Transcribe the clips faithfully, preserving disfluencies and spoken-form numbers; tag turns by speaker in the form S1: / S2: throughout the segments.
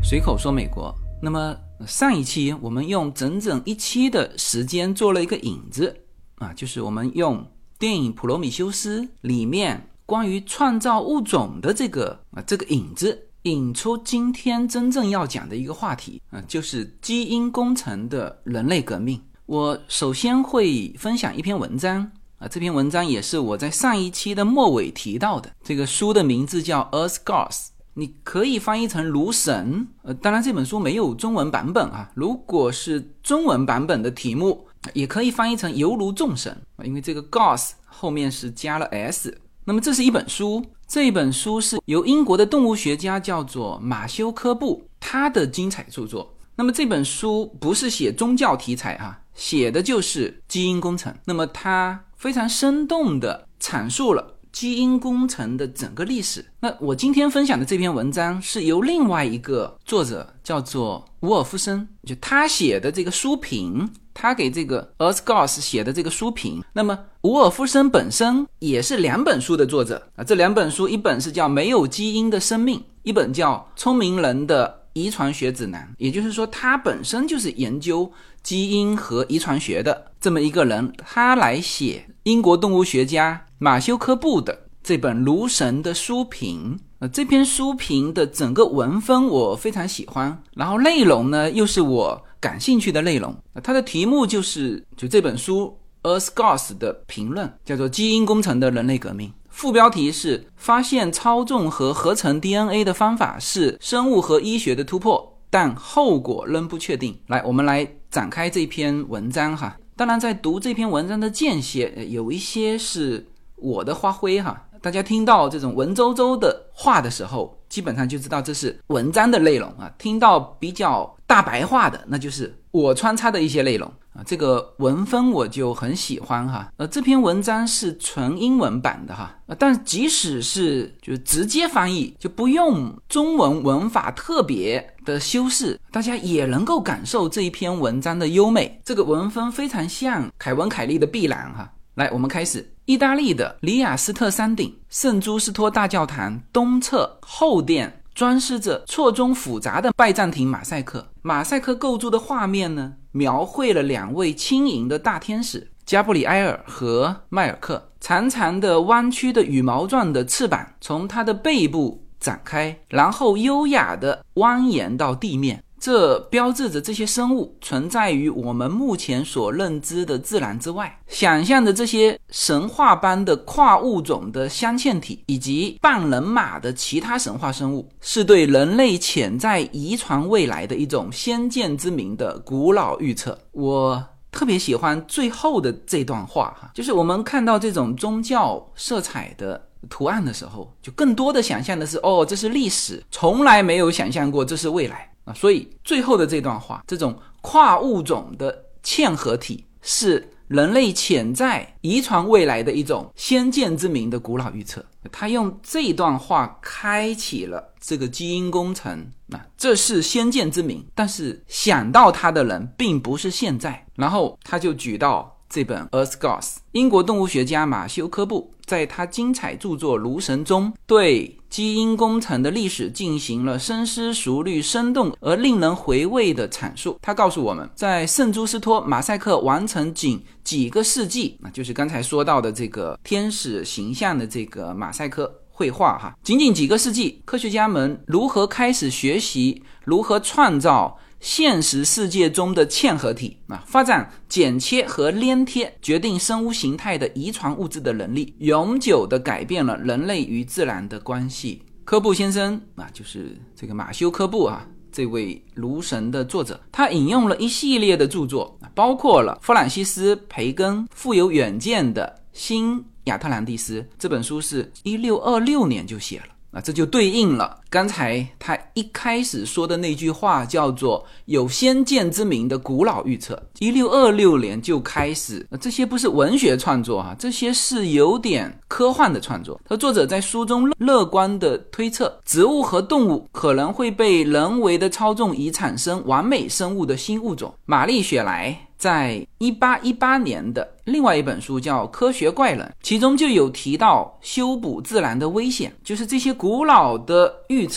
S1: 随口说美国。那么上一期我们用整整一期的时间做了一个引子啊，就是我们用电影《普罗米修斯》里面关于创造物种的这个啊这个引子，引出今天真正要讲的一个话题啊，就是基因工程的人类革命。我首先会分享一篇文章啊，这篇文章也是我在上一期的末尾提到的。这个书的名字叫 Earth Gods， 你可以翻译成炉神。呃，当然这本书没有中文版本啊，如果是中文版本的题目，也可以翻译成犹如众神，因为这个 Gods 后面是加了 S。那么这是一本书，这一本书是由英国的动物学家叫做马修科布他的精彩著作。那么这本书不是写宗教题材啊，写的就是基因工程。那么他非常生动地阐述了基因工程的整个历史。那我今天分享的这篇文章是由另外一个作者叫做伍尔夫森，就他写的这个书评，他给这个 Earth Gods 写的这个书评。那么伍尔夫森本身也是两本书的作者啊，这两本书一本是叫《没有基因的生命》，一本叫《聪明人的遗传学指南》。也就是说他本身就是研究基因和遗传学的这么一个人，他来写英国动物学家马修科布的这本炉神的书评。呃，这篇书评的整个文风我非常喜欢，然后内容呢又是我感兴趣的内容。它的题目就是就这本书 Earth Gods 的评论，叫做基因工程的人类革命。副标题是发现操纵和合成 D N A 的方法是生物和医学的突破，但后果仍不确定。来，我们来展开这篇文章哈。当然在读这篇文章的间歇，有一些是我的发挥哈。大家听到这种文绉绉的话的时候，基本上就知道这是文章的内容啊。听到比较大白话的，那就是我穿插的一些内容啊。这个文风我就很喜欢哈。呃，这篇文章是纯英文版的哈，呃、但即使是就直接翻译，就不用中文文法特别的修饰，大家也能够感受这一篇文章的优美。这个文风非常像凯文凯利的碧蓝哈。来，我们开始。意大利的里亚斯特山顶圣朱斯托大教堂东侧后殿装饰着错综复杂的拜占庭马赛克。马赛克构筑的画面呢，描绘了两位轻盈的大天使加布里埃尔和迈尔克。长长的弯曲的羽毛状的翅膀从他的背部展开，然后优雅地蜿蜒到地面。这标志着这些生物存在于我们目前所认知的自然之外。想象着这些神话般的跨物种的镶嵌体以及半人马的其他神话生物，是对人类潜在遗传未来的一种先见之明的古老预测。我特别喜欢最后的这段话哈，就是我们看到这种宗教色彩的图案的时候，就更多的想象的是哦，这是历史，从来没有想象过这是未来啊。所以最后的这段话，这种跨物种的嵌合体是人类潜在遗传未来的一种先见之明的古老预测。他用这段话开启了这个基因工程，那这是先见之明，但是想到他的人并不是现在。然后他就举到这本 Earth Gods， 英国动物学家马修科布在他精彩著作《炉神》中对基因工程的历史进行了深思熟虑、生动而令人回味的阐述。他告诉我们，在圣朱斯托马赛克完成仅几个世纪，就是刚才说到的这个天使形象的这个马赛克绘画哈，仅仅几个世纪，科学家们如何开始学习如何创造现实世界中的嵌合体啊，发展剪切和粘贴决定生物形态的遗传物质的能力，永久地改变了人类与自然的关系。科布先生啊，就是这个马修科布啊，这位炉神的作者，他引用了一系列的著作，包括了弗朗西斯·培根富有远见的新亚特兰蒂斯，这本书是一六二六年就写了啊，这就对应了刚才他一开始说的那句话，叫做有先见之明的古老预测。一六二六年就开始，这些不是文学创作啊，这些是有点科幻的创作。作者在书中乐观的推测，植物和动物可能会被人为的操纵以产生完美生物的新物种。玛丽雪莱在一八一八年的另外一本书叫《科学怪人》，其中就有提到修补自然的危险，就是这些古老的预测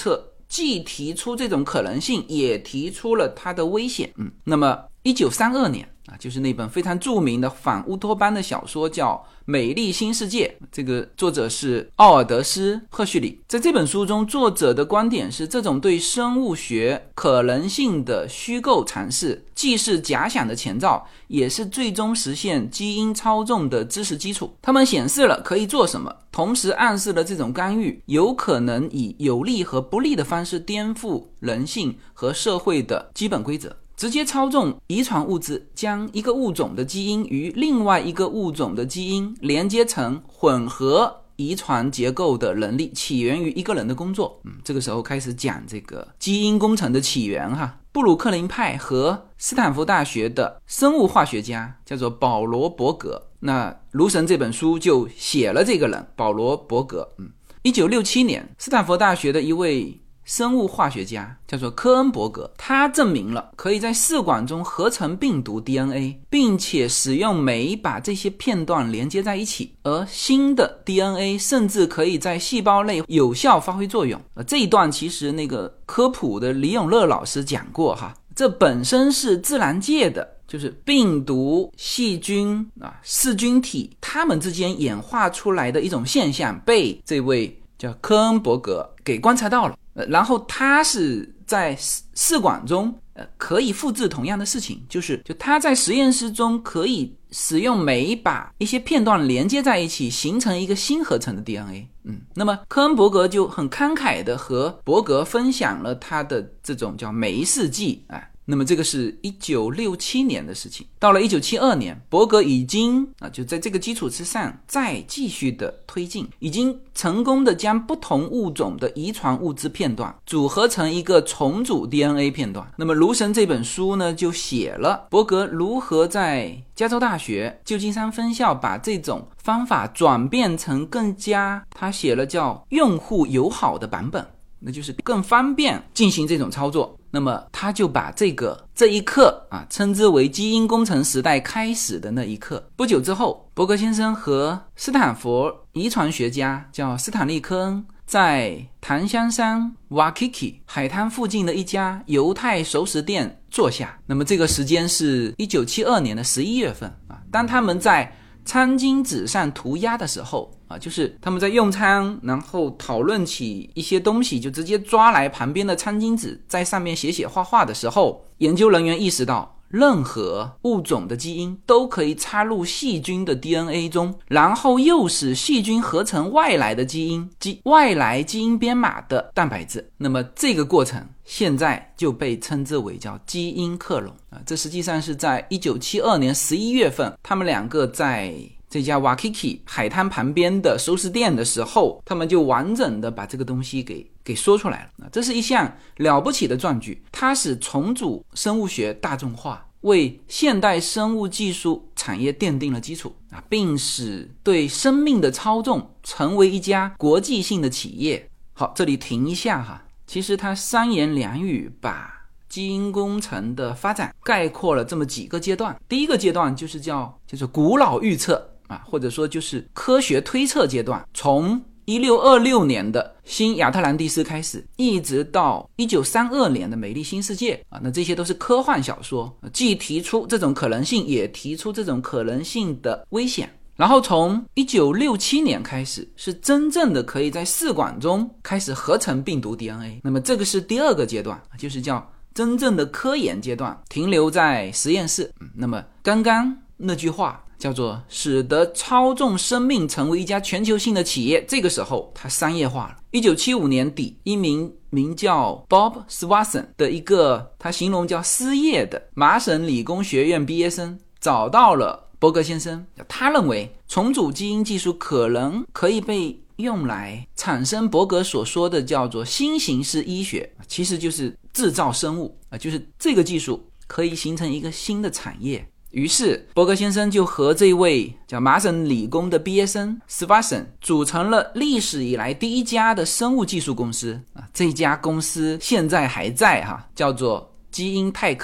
S1: 既提出这种可能性，也提出了它的危险。嗯，那么一九三二年啊，就是那本非常著名的反乌托邦的小说叫《美丽新世界》，这个作者是奥尔德斯·赫胥黎。在这本书中，作者的观点是，这种对生物学可能性的虚构阐释，既是假想的前兆，也是最终实现基因操纵的知识基础。他们显示了可以做什么，同时暗示了这种干预有可能以有利和不利的方式颠覆人性和社会的基本规则。直接操纵遗传物质，将一个物种的基因与另外一个物种的基因连接成混合遗传结构的能力，起源于一个人的工作。嗯，这个时候开始讲这个基因工程的起源哈。布鲁克林派和斯坦福大学的生物化学家叫做保罗·伯格，那《卢神》这本书就写了这个人保罗·伯格。嗯，一九六七年，斯坦福大学的一位生物化学家叫做科恩伯格，他证明了可以在试管中合成病毒 D N A， 并且使用酶把这些片段连接在一起，而新的 D N A 甚至可以在细胞内有效发挥作用。而这一段其实那个科普的李永乐老师讲过哈，这本身是自然界的，就是病毒、细菌啊、噬菌体它们之间演化出来的一种现象，被这位叫科恩伯格给观察到了。然后他是在试管中呃可以复制同样的事情，就是就他在实验室中可以使用酶把一些片段连接在一起，形成一个新合成的 D N A。 嗯，那么科恩伯格就很慷慨的和伯格分享了他的这种叫酶试剂啊。那么这个是一九六七年的事情。到了一九七二年，伯格已经啊就在这个基础之上再继续的推进，已经成功的将不同物种的遗传物质片段组合成一个重组 D N A 片段。那么《卢神》这本书呢，就写了伯格如何在加州大学旧金山分校把这种方法转变成更加，他写了叫用户友好的版本，那就是更方便进行这种操作。那么他就把这个这一刻啊称之为基因工程时代开始的那一刻。不久之后，伯格先生和斯坦福遗传学家叫斯坦利·科恩在檀香山 Waikiki 海滩附近的一家犹太熟食店坐下。那么这个时间是一九七二年的十一月份啊。当他们在餐巾纸上涂鸦的时候啊，就是他们在用餐，然后讨论起一些东西，就直接抓来旁边的餐巾纸，在上面写写画画的时候，研究人员意识到，任何物种的基因都可以插入细菌的 D N A 中，然后诱使细菌合成外来的基因及外来基因编码的蛋白质。那么这个过程现在就被称之为叫基因克隆啊，这实际上是在一九七二年十一月份，他们两个在这家 Waikiki 海滩旁边的熟食店的时候，他们就完整的把这个东西给给说出来了。这是一项了不起的壮举，它使重组生物学大众化，为现代生物技术产业奠定了基础，并使对生命的操纵成为一家国际性的企业。好，这里停一下哈，其实它三言两语把基因工程的发展概括了这么几个阶段。第一个阶段就是叫就是古老预测啊，或者说就是科学推测阶段，从一六二六年的新亚特兰蒂斯开始，一直到一九三二年的美丽新世界啊，那这些都是科幻小说，既提出这种可能性，也提出这种可能性的危险。然后从一九六七年开始，是真正的可以在试管中开始合成病毒 D N A。 那么这个是第二个阶段，就是叫真正的科研阶段，停留在实验室。那么刚刚那句话叫做使得操纵生命成为一家全球性的企业，这个时候它商业化了。一九七五年底，一名名叫 Bob Swanson 的一个他形容叫失业的麻省理工学院毕业生找到了伯格先生，他认为重组基因技术可能可以被用来产生伯格所说的叫做新形式医学，其实就是制造生物，就是这个技术可以形成一个新的产业。于是伯格先生就和这位叫麻省理工的毕业生 Swanson 组成了历史以来第一家的生物技术公司，这家公司现在还在哈，叫做基因泰克。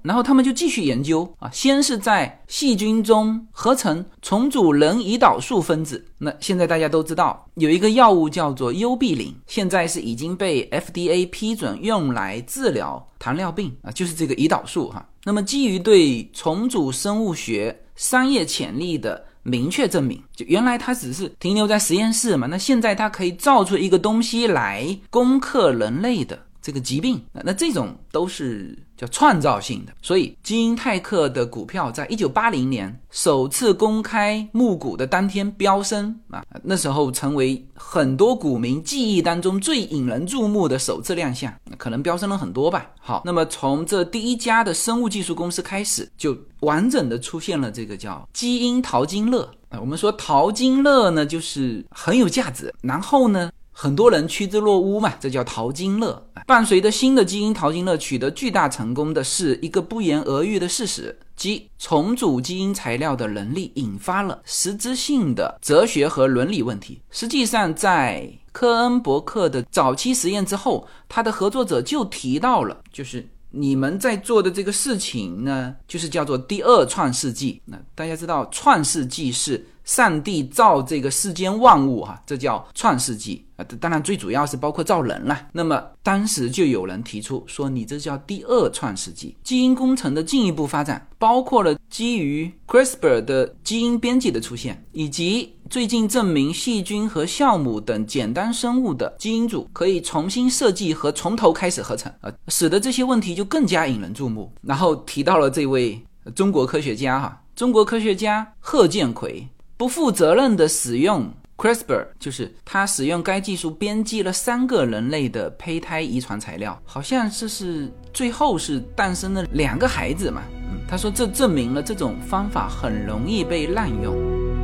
S1: 然后他们就继续研究啊，先是在细菌中合成重组人胰岛素分子。那现在大家都知道有一个药物叫做优必林，现在是已经被 F D A 批准用来治疗糖尿病啊，就是这个胰岛素哈。那么基于对重组生物学商业潜力的明确证明，就原来它只是停留在实验室嘛，那现在它可以造出一个东西来攻克人类的这个疾病，那这种都是叫创造性的。所以基因泰克的股票在一九八零年首次公开募股的当天飙升啊，那时候成为很多股民记忆当中最引人注目的首次亮相，可能飙升了很多吧。好，那么从这第一家的生物技术公司开始，就完整的出现了这个叫基因淘金乐。我们说淘金乐呢就是很有价值，然后呢很多人趋之若鹜嘛，这叫淘金乐。伴随着新的基因淘金乐取得巨大成功的是一个不言而喻的事实，即重组基因材料的能力引发了实质性的哲学和伦理问题。实际上在科恩伯克的早期实验之后，他的合作者就提到了，就是你们在做的这个事情呢，就是叫做第二创世纪。那大家知道创世纪是上帝造这个世间万物哈，这叫创世纪啊，当然最主要是包括造人啦。那么当时就有人提出说，你这叫第二创世纪。基因工程的进一步发展包括了基于 CRISPR 的基因编辑的出现，以及最近证明细菌和酵母等简单生物的基因组可以重新设计和从头开始合成，呃，使得这些问题就更加引人注目。然后提到了这位中国科学家哈，中国科学家贺建奎不负责任的使用 CRISPR， 就是他使用该技术编辑了三个人类的胚胎遗传材料，好像这是最后是诞生了两个孩子嘛。嗯，他说这证明了这种方法很容易被滥用。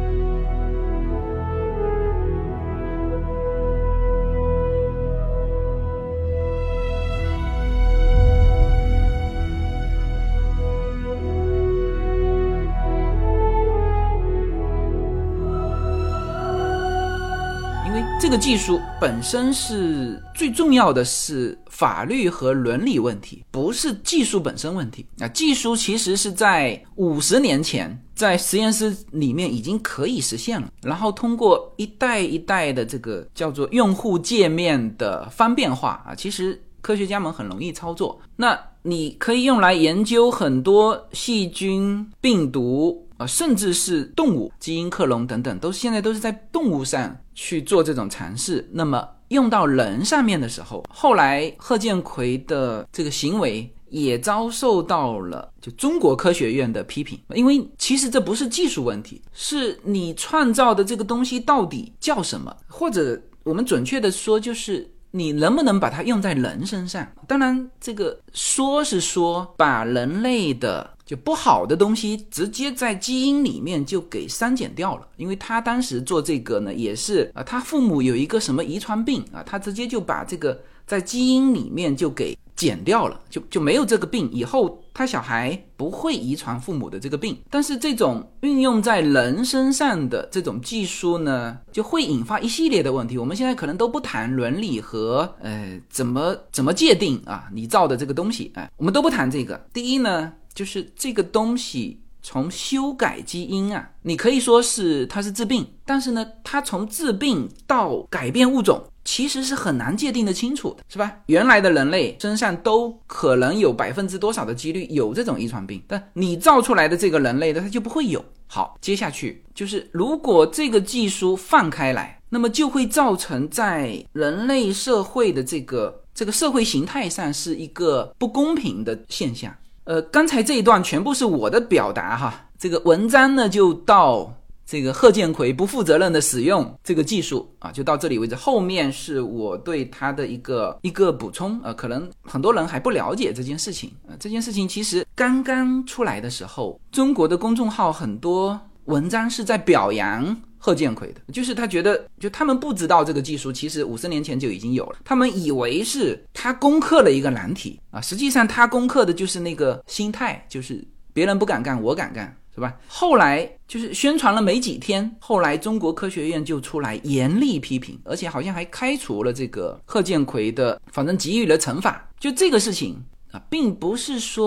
S1: 这个技术本身是最重要的是法律和伦理问题，不是技术本身问题啊。技术其实是在五十年前在实验室里面已经可以实现了，然后通过一代一代的这个叫做用户界面的方便化啊，其实科学家们很容易操作。那你可以用来研究很多细菌、病毒呃，甚至是动物基因克隆等等，都现在都是在动物上去做这种尝试。那么用到人上面的时候，后来贺建奎的这个行为也遭受到了就中国科学院的批评，因为其实这不是技术问题，是你创造的这个东西到底叫什么，或者我们准确的说就是你能不能把它用在人身上。当然这个说是说把人类的就不好的东西直接在基因里面就给删减掉了，因为他当时做这个呢也是啊，他父母有一个什么遗传病啊，他直接就把这个在基因里面就给减掉了，就就没有这个病，以后他小孩不会遗传父母的这个病。但是这种运用在人身上的这种技术呢，就会引发一系列的问题。我们现在可能都不谈伦理和呃怎么怎么界定啊你造的这个东西，哎，我们都不谈这个。第一呢，就是这个东西从修改基因啊，你可以说是它是治病，但是呢它从治病到改变物种其实是很难界定的清楚的，是吧？原来的人类身上都可能有百分之多少的几率有这种遗传病，但你造出来的这个人类的它就不会有。好，接下去就是如果这个技术放开来，那么就会造成在人类社会的这个这个社会形态上是一个不公平的现象。呃，刚才这一段全部是我的表达哈，这个文章呢就到这个贺建奎不负责任的使用这个技术啊，就到这里为止。后面是我对他的一个一个补充，呃，可能很多人还不了解这件事情。呃，这件事情其实刚刚出来的时候，中国的公众号很多文章是在表扬贺建奎的，就是他觉得就他们不知道这个技术其实五十年前就已经有了，他们以为是他攻克了一个难题啊，实际上他攻克的就是那个心态，就是别人不敢干我敢干，是吧？后来就是宣传了没几天，后来中国科学院就出来严厉批评，而且好像还开除了这个贺建奎的，反正给予了惩罚。就这个事情啊，并不是说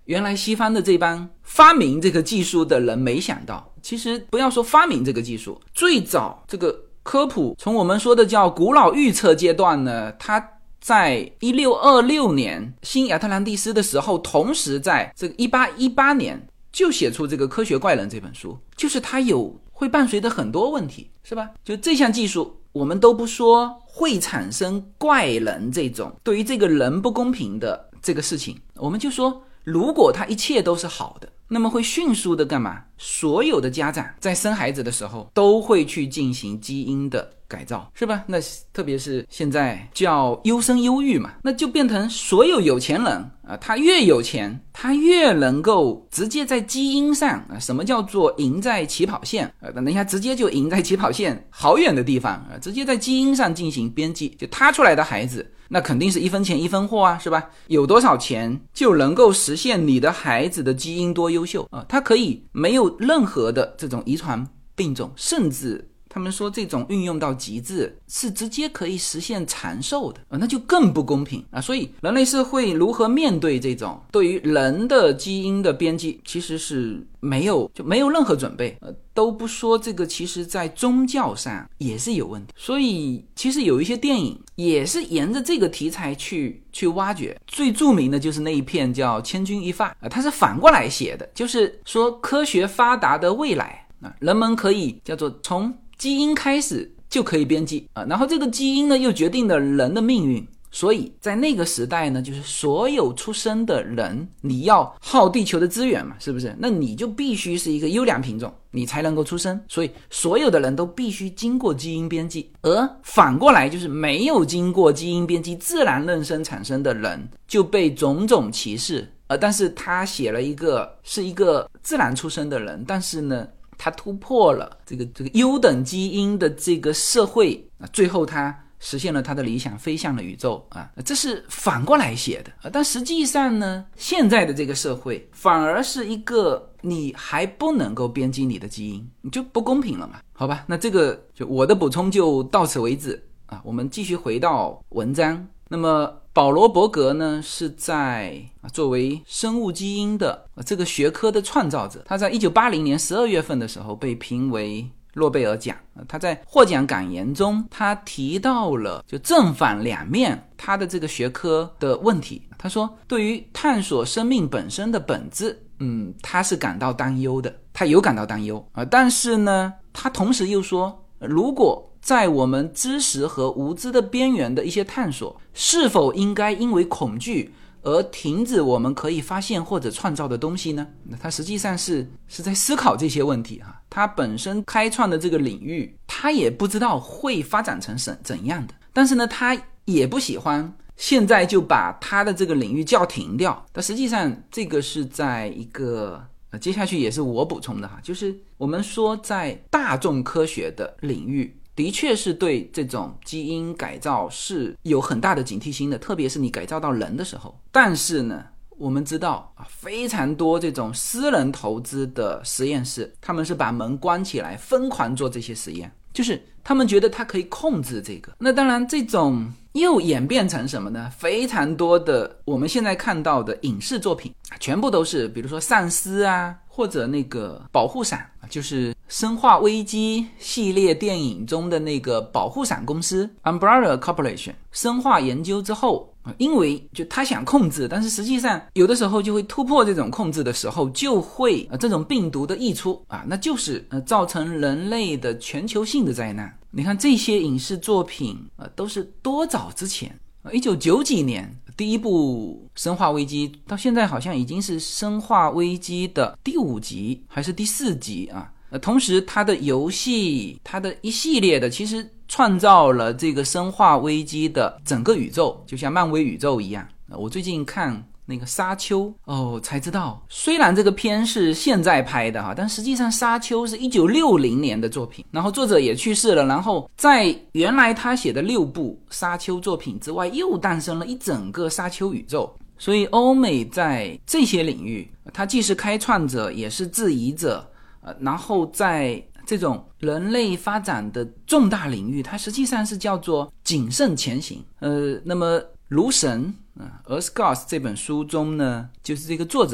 S1: 原来西方的这帮发明这个技术的人没想到，其实不要说发明这个技术，最早这个科普从我们说的叫古老预测阶段呢，它在一六二六年新亚特兰蒂斯的时候，同时在这个一八一八年就写出这个科学怪人这本书，就是它有会伴随着很多问题，是吧？就这项技术我们都不说会产生怪人这种对于这个人不公平的这个事情，我们就说如果它一切都是好的，那么会迅速的干嘛？所有的家长在生孩子的时候都会去进行基因的改造，是吧？那特别是现在叫优生优育嘛，那就变成所有有钱人啊，他越有钱，他越能够直接在基因上啊，什么叫做赢在起跑线啊？等一下，直接就赢在起跑线好远的地方啊，直接在基因上进行编辑，就他出来的孩子，那肯定是一分钱一分货啊，是吧？有多少钱就能够实现你的孩子的基因多优秀啊？他可以没有任何的这种遗传病种，甚至他们说这种运用到极致是直接可以实现长寿的、呃、那就更不公平啊！所以人类社会如何面对这种对于人的基因的编辑，其实是没有就没有任何准备，呃，都不说这个，其实在宗教上也是有问题。所以其实有一些电影也是沿着这个题材去去挖掘，最著名的就是那一片叫《千钧一发》啊，它是反过来写的，就是说科学发达的未来啊，人们可以叫做从基因开始就可以编辑啊，然后这个基因呢又决定了人的命运，所以在那个时代呢，就是所有出生的人，你要耗地球的资源嘛，是不是？那你就必须是一个优良品种，你才能够出生，所以所有的人都必须经过基因编辑，而反过来就是没有经过基因编辑自然妊娠产生的人就被种种歧视。呃，但是他写了一个是一个自然出生的人，但是呢他突破了这个这个优等基因的这个社会啊，最后他实现了他的理想，飞向了宇宙啊，这是反过来写的啊。但实际上呢，现在的这个社会反而是一个你还不能够编辑你的基因，你就不公平了嘛？好吧，那这个就我的补充就到此为止啊。我们继续回到文章。那么保罗伯格呢，是在作为生物基因的这个学科的创造者，他在一九八零年十二月份的时候被评为诺贝尔奖。他在获奖感言中，他提到了就正反两面他的这个学科的问题。他说对于探索生命本身的本质，嗯，他是感到担忧的，他有感到担忧啊。但是呢，他同时又说，如果在我们知识和无知的边缘的一些探索，是否应该因为恐惧而停止我们可以发现或者创造的东西呢？那他实际上是是在思考这些问题哈。他本身开创的这个领域，他也不知道会发展成怎怎样的，但是呢，他也不喜欢现在就把他的这个领域叫停掉。但实际上这个是在一个呃，接下去也是我补充的哈，就是我们说在大众科学的领域，的确是对这种基因改造是有很大的警惕心的，特别是你改造到人的时候。但是呢，我们知道啊，非常多这种私人投资的实验室，他们是把门关起来疯狂做这些实验，就是他们觉得他可以控制这个。那当然这种又演变成什么呢？非常多的我们现在看到的影视作品全部都是比如说丧尸啊，或者那个保护伞，就是生化危机系列电影中的那个保护伞公司 Umbrella Corporation 生化研究之后，因为就他想控制，但是实际上有的时候就会突破这种控制的时候，就会、呃、这种病毒的溢出啊，那就是、呃、造成人类的全球性的灾难。你看这些影视作品、呃、都是多早之前，一九九几年第一部生化危机，到现在好像已经是生化危机的第五集还是第四集啊。呃，同时它的游戏，它的一系列的其实创造了这个生化危机的整个宇宙，就像漫威宇宙一样。呃、我最近看那个沙丘哦，才知道虽然这个片是现在拍的哈，但实际上沙丘是一九六零年的作品，然后作者也去世了，然后在原来他写的六部沙丘作品之外，又诞生了一整个沙丘宇宙。所以欧美在这些领域，它既是开创者也是质疑者，呃，然后在这种人类发展的重大领域，它实际上是叫做谨慎前行。呃，那么《如神》呃 Earth Gods 这本书中呢，就是这个作者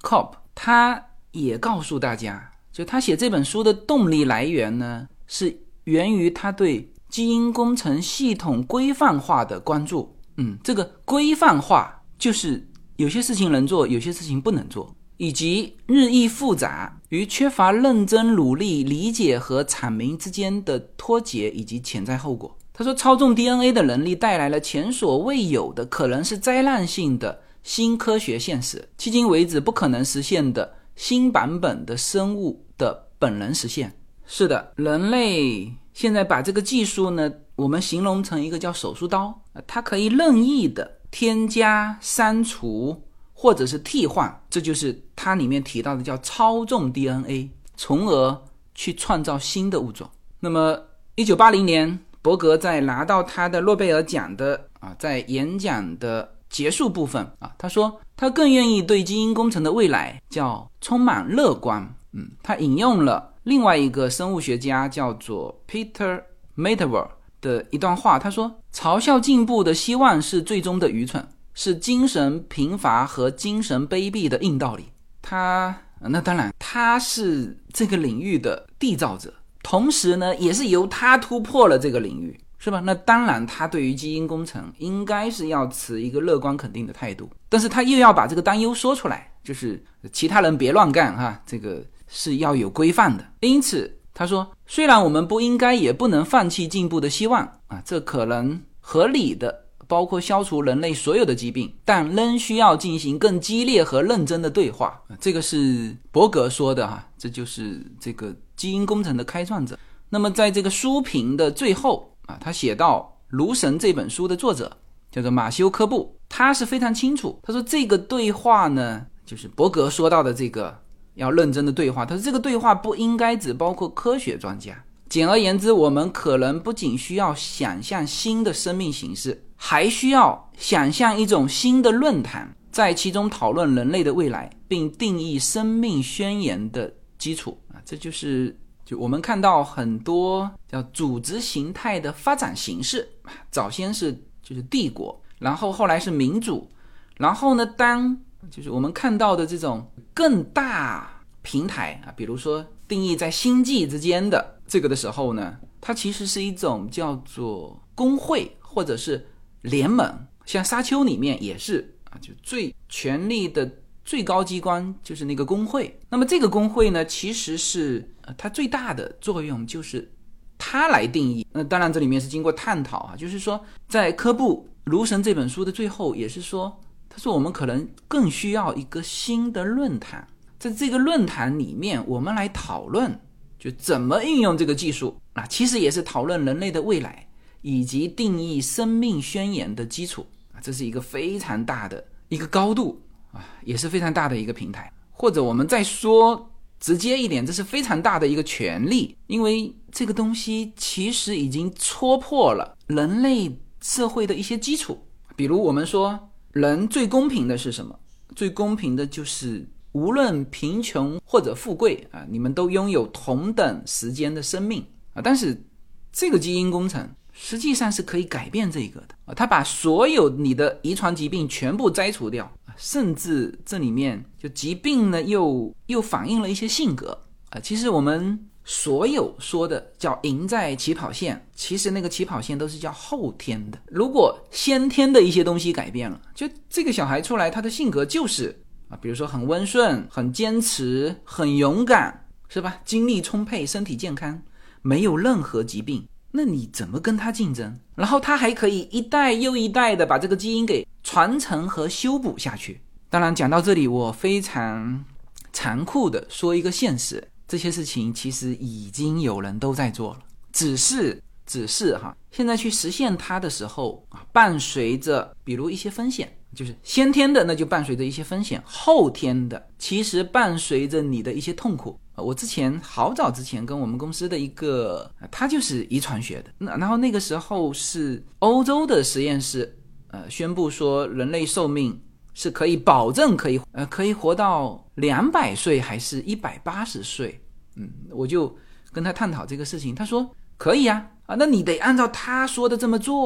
S1: Cobb 他也告诉大家，就他写这本书的动力来源呢，是源于他对基因工程系统规范化的关注。嗯，这个规范化就是有些事情能做，有些事情不能做，以及日益复杂与缺乏认真努力理解和阐明之间的脱节以及潜在后果。他说，操纵 D N A 的能力带来了前所未有的，可能是灾难性的新科学现实，迄今为止不可能实现的新版本的生物的本能实现。是的，人类现在把这个技术呢，我们形容成一个叫手术刀，它可以任意的添加、删除或者是替换，这就是它里面提到的叫操纵 D N A， 从而去创造新的物种。那么一九八零年伯格在拿到他的诺贝尔奖的啊，在演讲的结束部分啊，他说他更愿意对基因工程的未来叫充满乐观。嗯，他引用了另外一个生物学家叫做 Peter Medawar 的一段话，他说，嘲笑进步的希望是最终的愚蠢，是精神贫乏和精神卑鄙的硬道理。他那当然他是这个领域的缔造者，同时呢也是由他突破了这个领域，是吧？那当然他对于基因工程应该是要持一个乐观肯定的态度，但是他又要把这个担忧说出来，就是其他人别乱干哈，这个是要有规范的。因此他说，虽然我们不应该也不能放弃进步的希望啊，这可能合理的包括消除人类所有的疾病，但仍需要进行更激烈和认真的对话。这个是伯格说的哈，这就是这个基因工程的开创者。那么在这个书评的最后啊，他写到《炉神》这本书的作者叫做马修科布，他是非常清楚，他说这个对话呢，就是伯格说到的这个要认真的对话，他说这个对话不应该只包括科学专家。简而言之，我们可能不仅需要想象新的生命形式，还需要想象一种新的论坛，在其中讨论人类的未来，并定义生命宣言的基础啊，这就是就我们看到很多叫组织形态的发展形式，早先是就是帝国，然后后来是民主，然后呢，当就是我们看到的这种更大平台啊，比如说定义在星际之间的这个的时候呢，它其实是一种叫做工会或者是联盟，像沙丘里面也是啊，就最权力的最高机关就是那个工会。那么这个工会呢，其实是、呃、它最大的作用就是它来定义。那当然这里面是经过探讨啊，就是说在科布《炉神》这本书的最后也是说，他说我们可能更需要一个新的论坛，在这个论坛里面我们来讨论就怎么运用这个技术啊，其实也是讨论人类的未来以及定义生命宣言的基础啊，这是一个非常大的一个高度啊，也是非常大的一个平台。或者我们再说直接一点，这是非常大的一个权利，因为这个东西其实已经戳破了人类社会的一些基础。比如我们说人最公平的是什么？最公平的就是无论贫穷或者富贵啊，你们都拥有同等时间的生命啊。但是这个基因工程实际上是可以改变这个的啊，它把所有你的遗传疾病全部摘除掉，甚至这里面就疾病呢又又反映了一些性格啊。其实我们所有说的叫赢在起跑线，其实那个起跑线都是叫后天的。如果先天的一些东西改变了，就这个小孩出来他的性格就是啊，比如说很温顺、很坚持、很勇敢，是吧？精力充沛、身体健康，没有任何疾病，那你怎么跟他竞争？然后他还可以一代又一代的把这个基因给传承和修补下去。当然讲到这里，我非常残酷的说一个现实，这些事情其实已经有人都在做了，只是只是哈，现在去实现它的时候啊，伴随着比如一些风险，就是先天的那就伴随着一些风险，后天的其实伴随着你的一些痛苦。我之前好早之前跟我们公司的一个他就是遗传学的，然后那个时候是欧洲的实验室呃宣布说人类寿命是可以保证可以呃可以活到两百岁还是一百八十岁。嗯，我就跟他探讨这个事情，他说可以啊啊，那你得按照他说的这么做啊。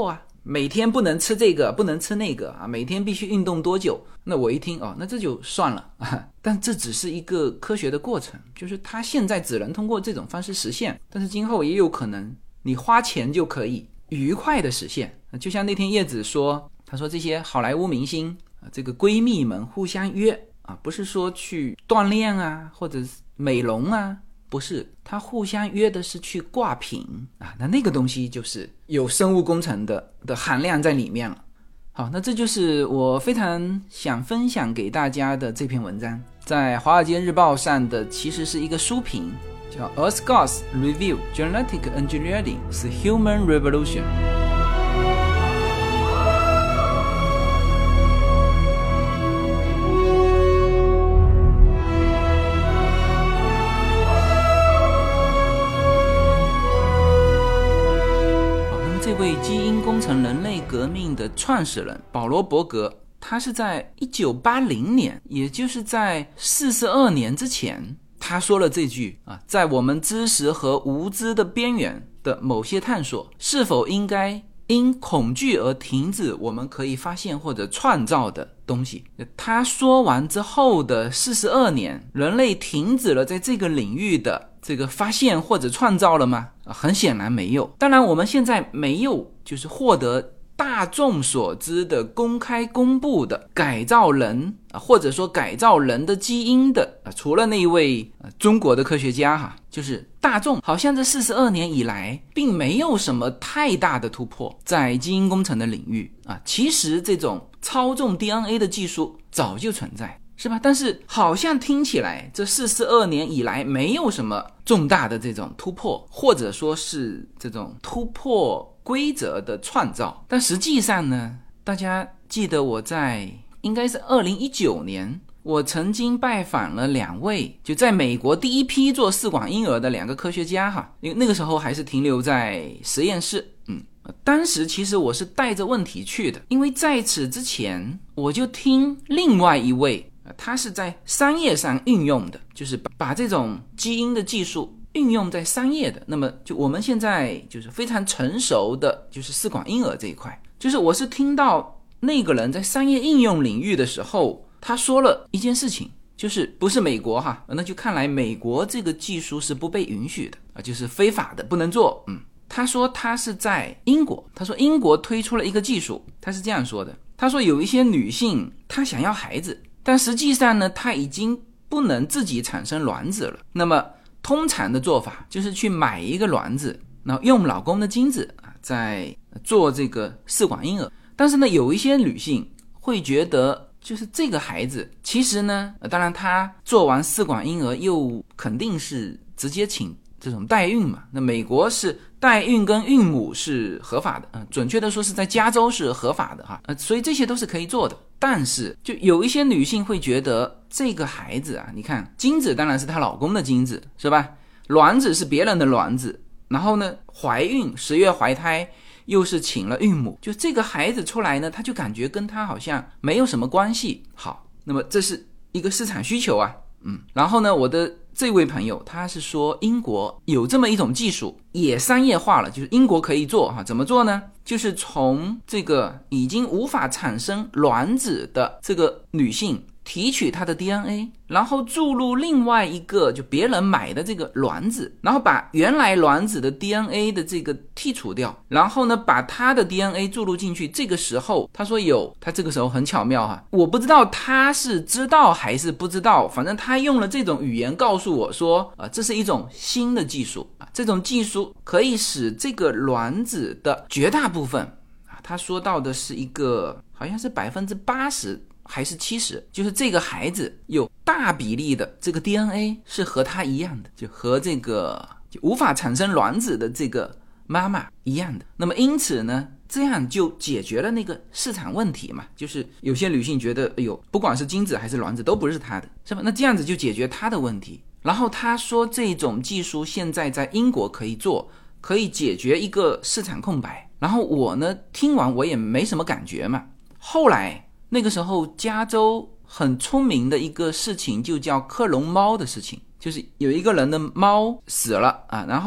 S1: 每天不能吃这个不能吃那个啊，每天必须运动多久，那我一听哦，那这就算了啊。但这只是一个科学的过程，就是它现在只能通过这种方式实现，但是今后也有可能你花钱就可以愉快的实现。就像那天叶子说，他说这些好莱坞明星啊，这个闺蜜们互相约啊，不是说去锻炼啊或者美容啊，不是，他互相约的是去挂屏啊，那那个东西就是有生物工程的的含量在里面了。好，那这就是我非常想分享给大家的这篇文章，在华尔街日报上的其实是一个书评，叫 Osgood Review Genetic Engineering the Human Revolution。这位基因工程人类革命的创始人保罗·伯格，他是在一九八零年，也就是在四十二年之前，他说了这句啊，在我们知识和无知的边缘的某些探索，是否应该因恐惧而停止我们可以发现或者创造的东西。他说完之后的四十二年，人类停止了在这个领域的这个发现或者创造了吗？很显然没有。当然我们现在没有就是获得大众所知的公开公布的改造人或者说改造人的基因的，除了那一位中国的科学家哈，就是大众好像这四十二年以来并没有什么太大的突破在基因工程的领域啊。其实这种操纵 D N A 的技术早就存在，是吧？但是好像听起来这四十二年以来没有什么重大的这种突破，或者说是这种突破规则的创造。但实际上呢，大家记得我在应该是二零一九年，我曾经拜访了两位就在美国第一批做试管婴儿的两个科学家哈，因为那个时候还是停留在实验室。嗯，当时其实我是带着问题去的，因为在此之前我就听另外一位他是在商业上运用的，就是把这种基因的技术运用在商业的。那么就我们现在就是非常成熟的就是试管婴儿这一块，就是我是听到那个人在商业应用领域的时候，他说了一件事情，就是不是美国哈，那就看来美国这个技术是不被允许的啊，就是非法的，不能做。嗯，他说他是在英国，他说英国推出了一个技术，他是这样说的，他说有一些女性她想要孩子，但实际上呢，她已经不能自己产生卵子了。那么通常的做法就是去买一个卵子，然后用老公的精子啊，在做这个试管婴儿。但是呢，有一些女性会觉得，就是这个孩子其实呢，当然她做完试管婴儿又肯定是直接请这种代孕嘛。那美国是代孕跟孕母是合法的，嗯，准确的说是在加州是合法的哈，呃，所以这些都是可以做的。但是就有一些女性会觉得这个孩子啊，你看精子当然是她老公的精子，是吧？卵子是别人的卵子，然后呢，怀孕十月怀胎又是请了孕母，就这个孩子出来呢，她就感觉跟她好像没有什么关系。好，那么这是一个市场需求啊，嗯，然后呢，我的这位朋友他是说英国有这么一种技术也商业化了，就是英国可以做哈，怎么做呢？就是从这个已经无法产生卵子的这个女性提取她的 D N A， 然后注入另外一个就别人买的这个卵子，然后把原来卵子的 D N A 的这个剔除掉，然后呢把她的 D N A 注入进去。这个时候他说有，他这个时候很巧妙哈，我不知道他是知道还是不知道，反正他用了这种语言告诉我说啊，这是一种新的技术啊，这种技术可以使这个卵子的绝大部分啊，他说到的是一个好像是百分之八十还是七十，就是这个孩子有大比例的这个 D N A 是和他一样的，就和这个就无法产生卵子的这个妈妈一样的。那么因此呢，这样就解决了那个市场问题嘛，就是有些女性觉得哎呦，不管是精子还是卵子都不是她的，是吧？那这样子就解决她的问题。然后他说这种技术现在在英国可以做，可以解决一个市场空白。然后我呢听完我也没什么感觉嘛。后来那个时候加州很出名的一个事情就叫克隆猫的事情，就是有一个人的猫死了啊，然后呢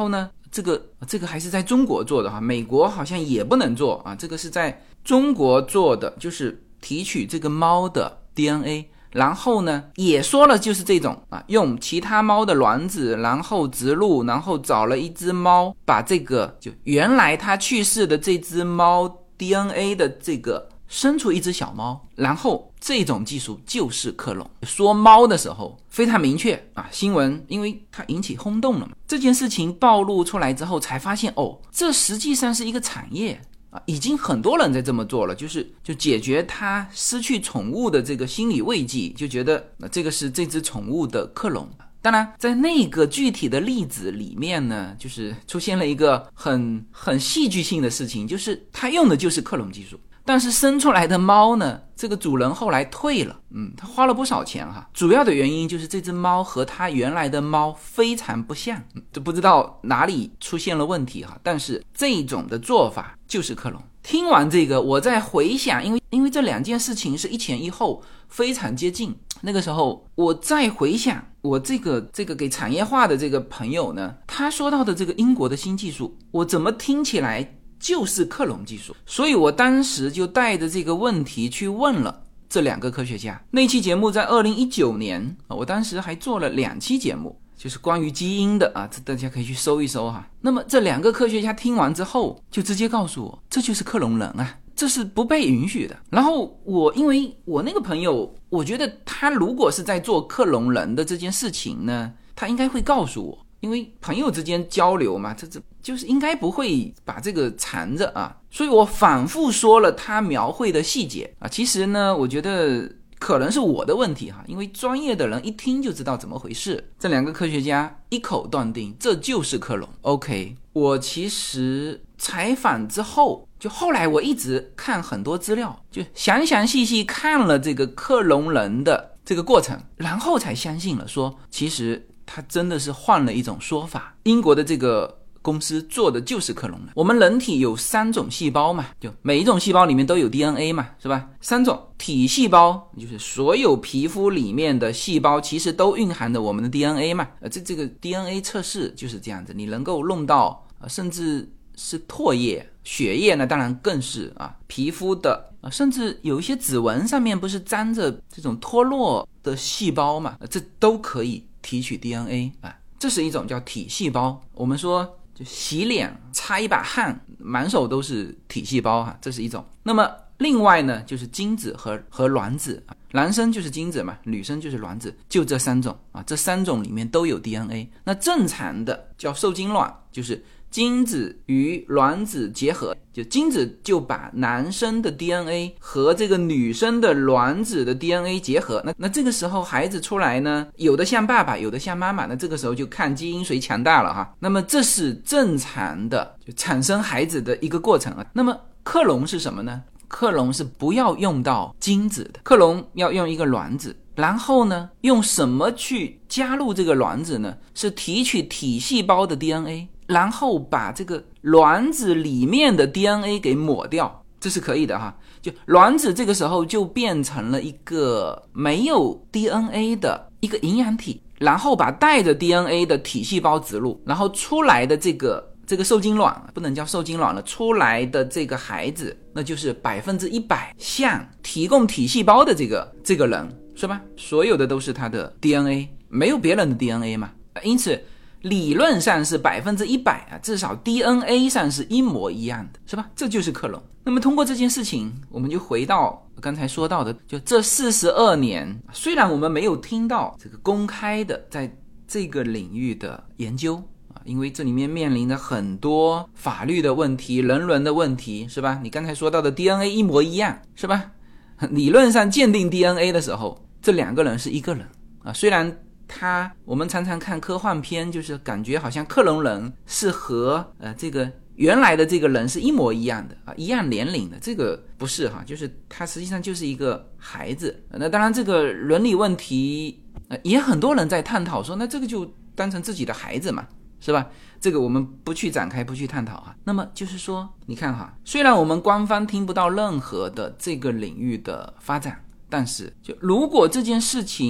S1: 这个这个还是在中国做的哈，美国好像也不能做啊，这个是在中国做的，就是提取这个猫的 D N A， 然后呢也说了就是这种啊，用其他猫的卵子然后植入，然后找了一只猫，把这个就原来它去世的这只猫 D N A 的这个生出一只小猫，然后这种技术就是克隆。说猫的时候非常明确啊，新闻因为它引起轰动了嘛，这件事情暴露出来之后才发现，哦，这实际上是一个产业啊，已经很多人在这么做了，就是就解决他失去宠物的这个心理慰藉，就觉得、呃、这个是这只宠物的克隆。当然在那个具体的例子里面呢，就是出现了一个很很戏剧性的事情，就是他用的就是克隆技术，但是生出来的猫呢，这个主人后来退了，嗯，他花了不少钱哈。主要的原因就是这只猫和他原来的猫非常不像，就不知道哪里出现了问题哈。但是这种的做法就是克隆。听完这个，我在回想，因为因为这两件事情是一前一后，非常接近。那个时候我再回想，我这个这个给产业化的这个朋友呢，他说到的这个英国的新技术，我怎么听起来就是克隆技术？所以我当时就带着这个问题去问了这两个科学家。那期节目在二零一九年，我当时还做了两期节目，就是关于基因的啊，这大家可以去搜一搜哈。那么这两个科学家听完之后，就直接告诉我，这就是克隆人啊，这是不被允许的。然后我因为我那个朋友，我觉得他如果是在做克隆人的这件事情呢，他应该会告诉我。因为朋友之间交流嘛，这这就是应该不会把这个藏着啊，所以我反复说了他描绘的细节啊。其实呢，我觉得可能是我的问题哈，因为专业的人一听就知道怎么回事。这两个科学家一口断定这就是克隆。OK， 我其实采访之后，就后来我一直看很多资料，就详详细细看了这个克隆人的这个过程，然后才相信了说，其实他真的是换了一种说法。英国的这个公司做的就是克隆人。我们人体有三种细胞嘛，就每一种细胞里面都有 D N A 嘛，是吧？三种体细胞，就是所有皮肤里面的细胞其实都蕴含着我们的 D N A 嘛。呃，这这个 D N A 测试就是这样子，你能够弄到、呃、甚至是唾液、血液呢，当然更是啊，皮肤的、呃、甚至有一些指纹上面不是沾着这种脱落的细胞嘛，呃、这都可以提取 D N A 啊，这是一种叫体细胞。我们说就洗脸擦一把汗，满手都是体细胞哈，这是一种。那么另外呢，就是精子和和卵子，男生就是精子嘛，女生就是卵子，就这三种啊，这三种里面都有 D N A。那正常的叫受精卵，就是精子与卵子结合，就精子就把男生的 D N A 和这个女生的卵子的 D N A 结合，那那这个时候孩子出来呢，有的像爸爸，有的像妈妈，那这个时候就看基因谁强大了哈。那么这是正常的就产生孩子的一个过程啊。那么克隆是什么呢？克隆是不要用到精子的，克隆要用一个卵子，然后呢，用什么去加入这个卵子呢？是提取体细胞的 D N A， 然后把这个卵子里面的 D N A 给抹掉，这是可以的哈。就卵子这个时候就变成了一个没有 D N A 的一个营养体，然后把带着 D N A 的体细胞植入，然后出来的这个这个受精卵，不能叫受精卵了，出来的这个孩子，那就是百分之一百像提供体细胞的这个这个人，是吧？所有的都是他的 D N A， 没有别人的 D N A 嘛，因此理论上是百分之一百啊，至少 D N A 上是一模一样的，是吧？这就是克隆。那么通过这件事情，我们就回到刚才说到的，就这四十二年，虽然我们没有听到这个公开的在这个领域的研究。因为这里面面临着很多法律的问题、人伦的问题，是吧？你刚才说到的 D N A 一模一样，是吧？理论上鉴定 D N A 的时候，这两个人是一个人啊。虽然他我们常常看科幻片，就是感觉好像克隆人是和呃这个原来的这个人是一模一样的啊，一样年龄的，这个不是哈，就是他实际上就是一个孩子。那当然这个伦理问题、呃、也很多人在探讨说，那这个就当成自己的孩子嘛，是吧？这个我们不去展开，不去探讨啊。那么就是说，你看哈，虽然我们官方听不到任何的这个领域的发展，但是就如果这件事情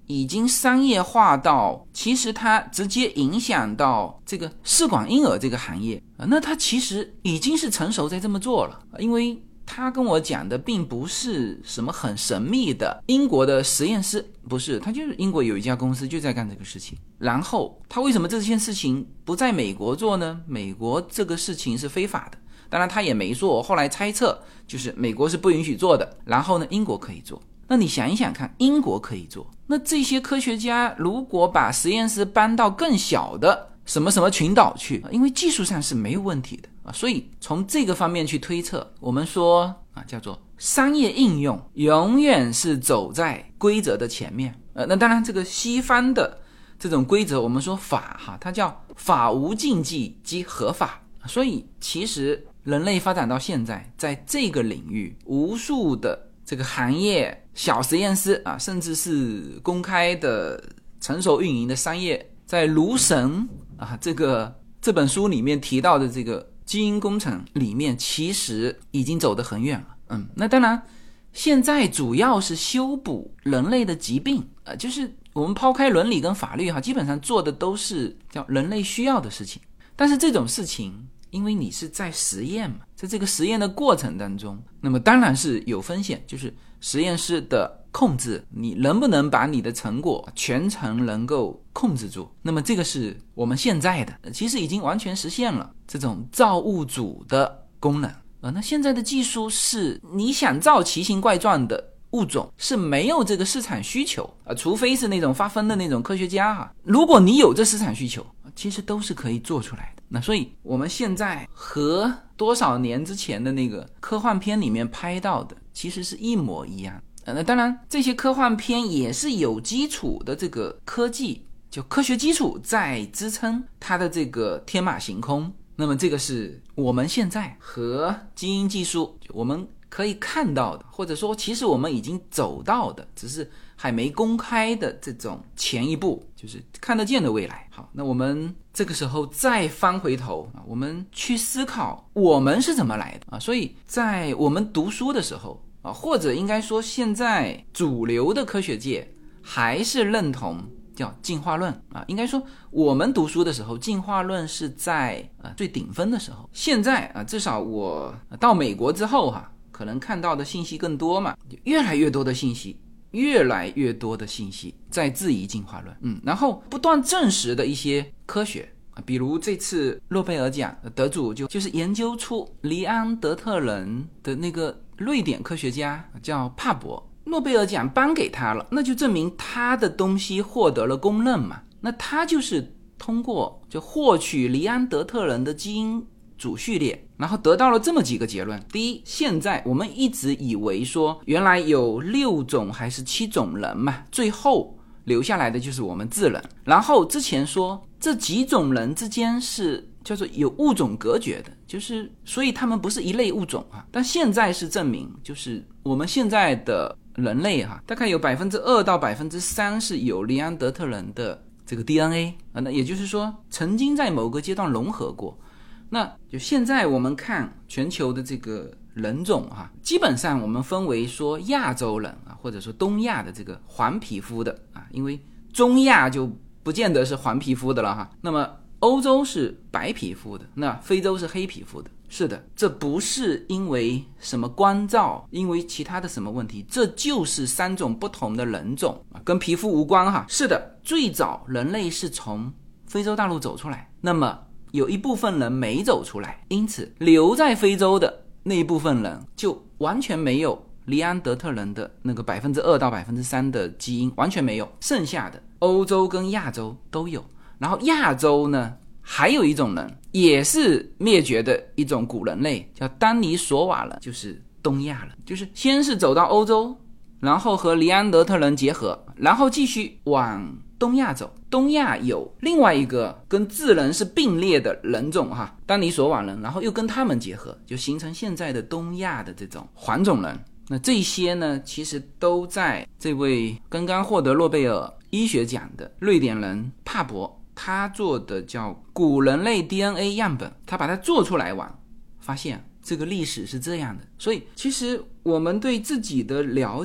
S1: 已经商业化到其实它直接影响到这个试管婴儿这个行业，那它其实已经是成熟在这么做了。因为他跟我讲的并不是什么很神秘的英国的实验室，不是，他就是英国有一家公司就在干这个事情。然后他为什么这件事情不在美国做呢？美国这个事情是非法的，当然他也没做，后来猜测就是美国是不允许做的，然后呢英国可以做。那你想一想看，英国可以做，那这些科学家如果把实验室搬到更小的什么什么群岛去，因为技术上是没有问题的啊，所以从这个方面去推测，我们说啊，叫做商业应用永远是走在规则的前面。呃，那当然这个西方的这种规则，我们说法哈，它叫法无禁忌即合法，所以其实人类发展到现在，在这个领域，无数的这个行业小实验室啊，甚至是公开的成熟运营的商业，在卢神啊这个这本书里面提到的这个基因工程里面，其实已经走得很远了。嗯，那当然现在主要是修补人类的疾病，呃，就是我们抛开伦理跟法律哈，基本上做的都是叫人类需要的事情。但是这种事情因为你是在实验嘛，在这个实验的过程当中，那么当然是有风险，就是实验室的控制，你能不能把你的成果全程能够控制住，那么这个是我们现在的其实已经完全实现了这种造物主的功能。呃，那现在的技术是你想造奇形怪状的物种是没有这个市场需求，呃，除非是那种发疯的那种科学家哈，如果你有这市场需求，其实都是可以做出来的。那所以我们现在和多少年之前的那个科幻片里面拍到的其实是一模一样。呃，那当然这些科幻片也是有基础的这个科技，就科学基础在支撑它的这个天马行空。那么这个是我们现在和基因技术我们可以看到的，或者说其实我们已经走到的，只是还没公开的这种前一步，就是看得见的未来。好，那我们这个时候再翻回头，我们去思考我们是怎么来的啊？所以在我们读书的时候啊，或者应该说现在主流的科学界还是认同叫进化论啊，应该说我们读书的时候进化论是在啊最顶峰的时候。现在啊，至少我到美国之后哈、啊，可能看到的信息更多嘛，越来越多的信息越来越多的信息在质疑进化论，嗯，然后不断证实的一些科学，比如这次诺贝尔奖得主就就是研究出黎安德特人的那个瑞典科学家叫帕博，诺贝尔奖颁给他了，那就证明他的东西获得了公认嘛。那他就是通过就获取黎安德特人的基因主序列，然后得到了这么几个结论。第一，现在我们一直以为说原来有六种还是七种人嘛，最后留下来的就是我们智人。然后之前说这几种人之间是叫做有物种隔绝的，就是所以他们不是一类物种啊。但现在是证明，就是我们现在的人类哈、啊，大概有百分之二到百分之三是有黎安德特人的这个 D N A 啊，那也就是说曾经在某个阶段融合过。那就现在我们看全球的这个人种哈、啊，基本上我们分为说亚洲人啊，或者说东亚的这个黄皮肤的啊，因为中亚就不见得是黄皮肤的了哈。那么欧洲是白皮肤的，那非洲是黑皮肤的。是的，这不是因为什么光照，因为其他的什么问题，这就是三种不同的人种，跟皮肤无关哈。是的，最早人类是从非洲大陆走出来，那么有一部分人没走出来，因此留在非洲的那一部分人就完全没有黎安德特人的那个百分之二到百分之三的基因，完全没有。剩下的欧洲跟亚洲都有。然后亚洲呢，还有一种人也是灭绝的一种古人类，叫丹尼索瓦人，就是东亚人，就是先是走到欧洲，然后和黎安德特人结合，然后继续往东亚走。东亚有另外一个跟智人是并列的人种哈，丹尼索瓦人，然后又跟他们结合，就形成现在的东亚的这种黄种人。那这些呢，其实都在这位刚刚获得诺贝尔医学奖的瑞典人帕博，他做的叫古人类 D N A 样本，他把它做出来完，发现这个历史是这样的。所以其实我们对自己的了解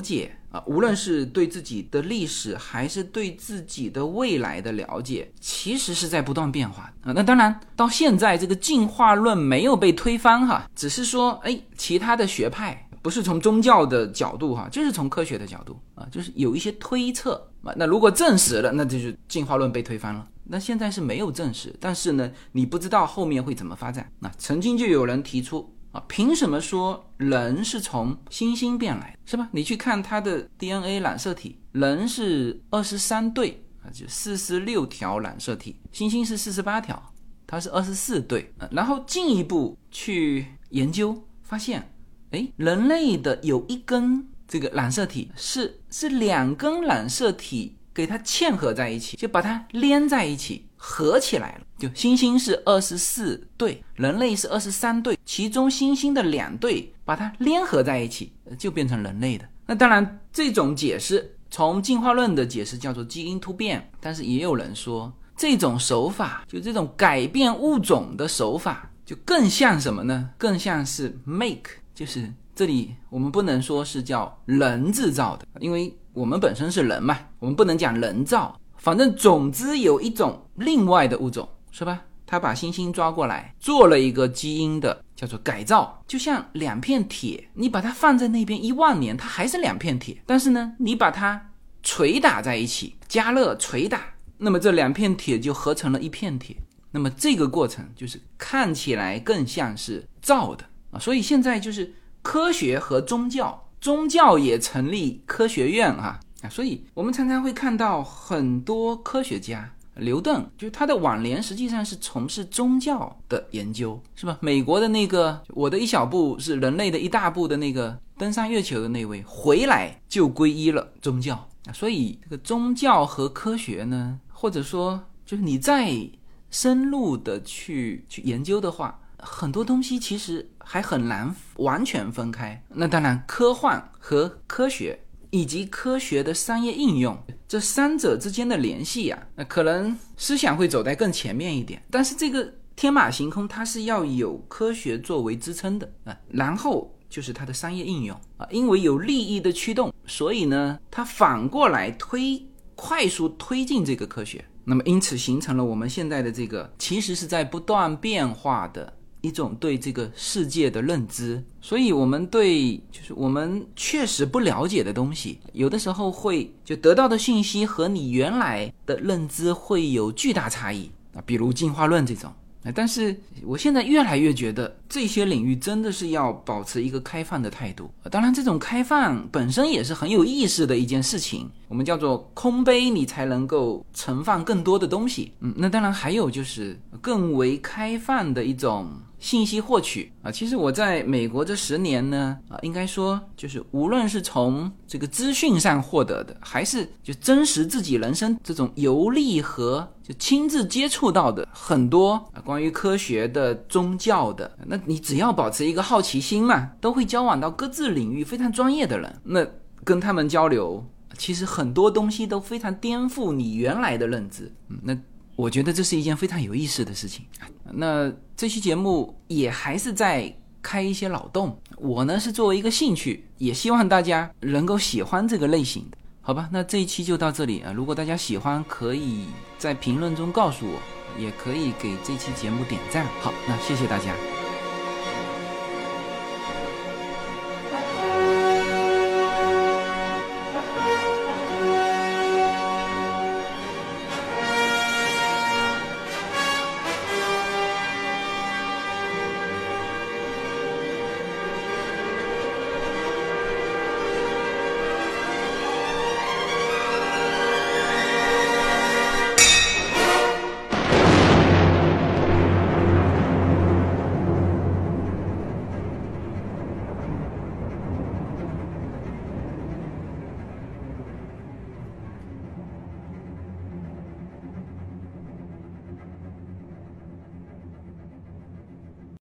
S1: 啊，无论是对自己的历史还是对自己的未来的了解，其实是在不断变化啊。那当然到现在这个进化论没有被推翻哈，只是说哎，其他的学派不是从宗教的角度哈，就是从科学的角度啊，就是有一些推测啊。那如果证实了，那就是进化论被推翻了。那现在是没有证实，但是呢，你不知道后面会怎么发展。那曾经就有人提出啊，凭什么说人是从猩猩变来的，是吧？你去看它的 D N A 染色体，人是二十三对啊，就四十六条染色体，猩猩是四十八条，它是二十四对。然后进一步去研究，发现，哎，人类的有一根这个染色体是是两根染色体给它嵌合在一起，就把它连在一起，合起来了。就猩猩是二十四对，人类是二十三对，其中猩猩的两对把它连合在一起，就变成人类的。那当然，这种解释从进化论的解释叫做基因突变，但是也有人说，这种手法，就这种改变物种的手法，就更像什么呢？更像是 make， 就是这里我们不能说是叫人制造的，因为我们本身是人嘛，我们不能讲人造。反正总之有一种另外的物种，是吧？他把猩猩抓过来，做了一个基因的叫做改造，就像两片铁，你把它放在那边一万年，它还是两片铁，但是呢，你把它捶打在一起，加热捶打，那么这两片铁就合成了一片铁。那么这个过程就是看起来更像是造的啊，所以现在就是科学和宗教，宗教也成立科学院啊。所以我们常常会看到很多科学家，牛顿就是他的晚年实际上是从事宗教的研究，是吧？美国的那个我的一小步是人类的一大步的那个登上月球的那位，回来就皈依了宗教。所以这个宗教和科学呢，或者说就是你再深入的去去研究的话，很多东西其实还很难完全分开。那当然科幻和科学以及科学的商业应用，这三者之间的联系啊，那可能思想会走在更前面一点，但是这个天马行空它是要有科学作为支撑的啊，然后就是它的商业应用啊，因为有利益的驱动，所以呢它反过来推快速推进这个科学，那么因此形成了我们现在的这个其实是在不断变化的一种对这个世界的认知。所以我们对就是我们确实不了解的东西，有的时候会就得到的信息和你原来的认知会有巨大差异啊，比如进化论这种。但是我现在越来越觉得这些领域真的是要保持一个开放的态度，当然这种开放本身也是很有意思的一件事情，我们叫做空杯，你才能够盛放更多的东西。嗯，那当然还有就是更为开放的一种信息获取啊，其实我在美国这十年呢，啊，应该说就是无论是从这个资讯上获得的，还是就真实自己人生这种游历和就亲自接触到的很多啊关于科学的、宗教的，那你只要保持一个好奇心嘛，都会交往到各自领域非常专业的人，那跟他们交流，其实很多东西都非常颠覆你原来的认知。嗯，那我觉得这是一件非常有意思的事情。那这期节目也还是在开一些脑洞，我呢是作为一个兴趣，也希望大家能够喜欢这个类型的，好吧？那这一期就到这里啊！如果大家喜欢，可以在评论中告诉我，也可以给这期节目点赞。好，那谢谢大家。